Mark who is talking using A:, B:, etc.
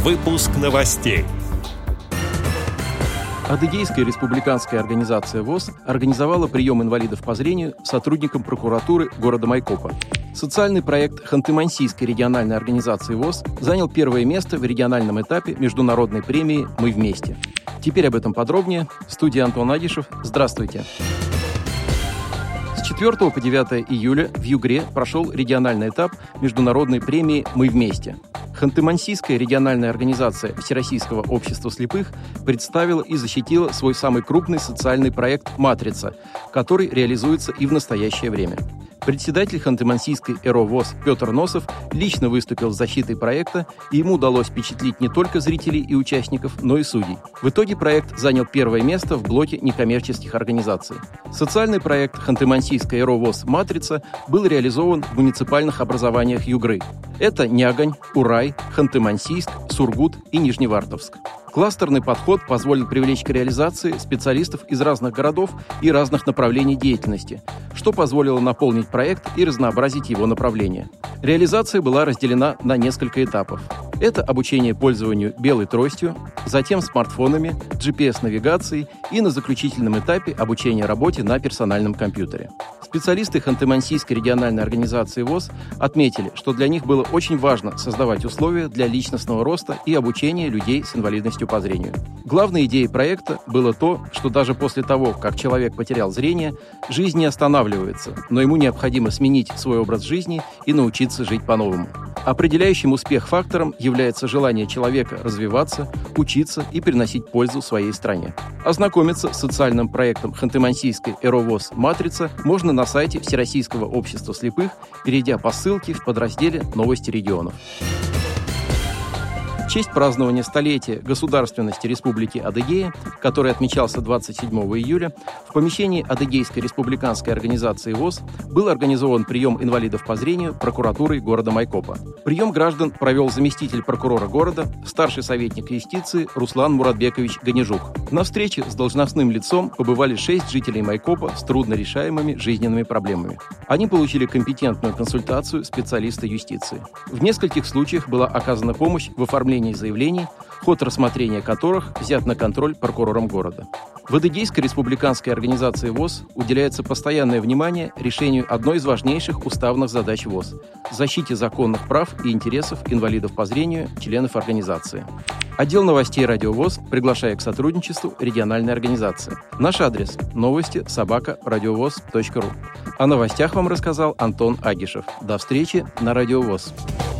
A: Выпуск новостей.
B: Адыгейская республиканская организация ВОС организовала прием инвалидов по зрению сотрудникам прокуратуры города Майкопа. Социальный проект Ханты-Мансийской региональной организации ВОС занял первое место в региональном этапе международной премии «Мы вместе». Теперь об этом подробнее. В студии Антон Агишев. Здравствуйте. С 4 по 9 июля в Югре прошел региональный этап международной премии «Мы вместе». Ханты-Мансийская региональная организация Всероссийского общества слепых представила и защитила свой самый крупный социальный проект «Матрица», который реализуется и в настоящее время. Председатель Ханты-Мансийской ЭРО ВОС Петр Носов лично выступил с защитой проекта, и ему удалось впечатлить не только зрителей и участников, но и судей. В итоге проект занял первое место в блоке некоммерческих организаций. Социальный проект Ханты-Мансийской ЭРО ВОС «Матрица» был реализован в муниципальных образованиях Югры. Это Нягань, Урай, Ханты-Мансийск, Сургут и Нижневартовск. Кластерный подход позволил привлечь к реализации специалистов из разных городов и разных направлений деятельности, что позволило наполнить проект и разнообразить его направления. Реализация была разделена на несколько этапов. Это обучение пользованию белой тростью, затем смартфонами, GPS-навигацией и на заключительном этапе обучение работе на персональном компьютере. Специалисты Ханты-Мансийской региональной организации ВОС отметили, что для них было очень важно создавать условия для личностного роста и обучения людей с инвалидностью по зрению. Главной идеей проекта было то, что даже после того, как человек потерял зрение, жизнь не останавливается, но ему необходимо сменить свой образ жизни и научиться жить по-новому. Определяющим успех фактором является желание человека развиваться, учиться и приносить пользу своей стране. Ознакомиться с социальным проектом Ханты-Мансийской ЭРО ВОС «Матрица» можно на сайте Всероссийского общества слепых, перейдя по ссылке в подразделе «Новости регионов». В честь празднования столетия государственности Республики Адыгея, который отмечался 27 июля, в помещении Адыгейской республиканской организации ВОС был организован прием инвалидов по зрению прокуратурой города Майкопа. Прием граждан провел заместитель прокурора города, старший советник юстиции Руслан Муратбекович Ганежук. На встрече с должностным лицом побывали 6 жителей Майкопа с труднорешаемыми жизненными проблемами. Они получили компетентную консультацию специалиста юстиции. В нескольких случаях была оказана помощь в оформлении заявлений, ход рассмотрения которых взят на контроль прокурором города. В Адыгейской республиканской организации ВОС уделяется постоянное внимание решению одной из важнейших уставных задач ВОС – защите законных прав и интересов инвалидов по зрению, членов организации. Отдел новостей Радио ВОС приглашает к сотрудничеству региональной организации. Наш адрес – новости@радиовоз.ру. О новостях вам рассказал Антон Агишев. До встречи на Радио ВОС.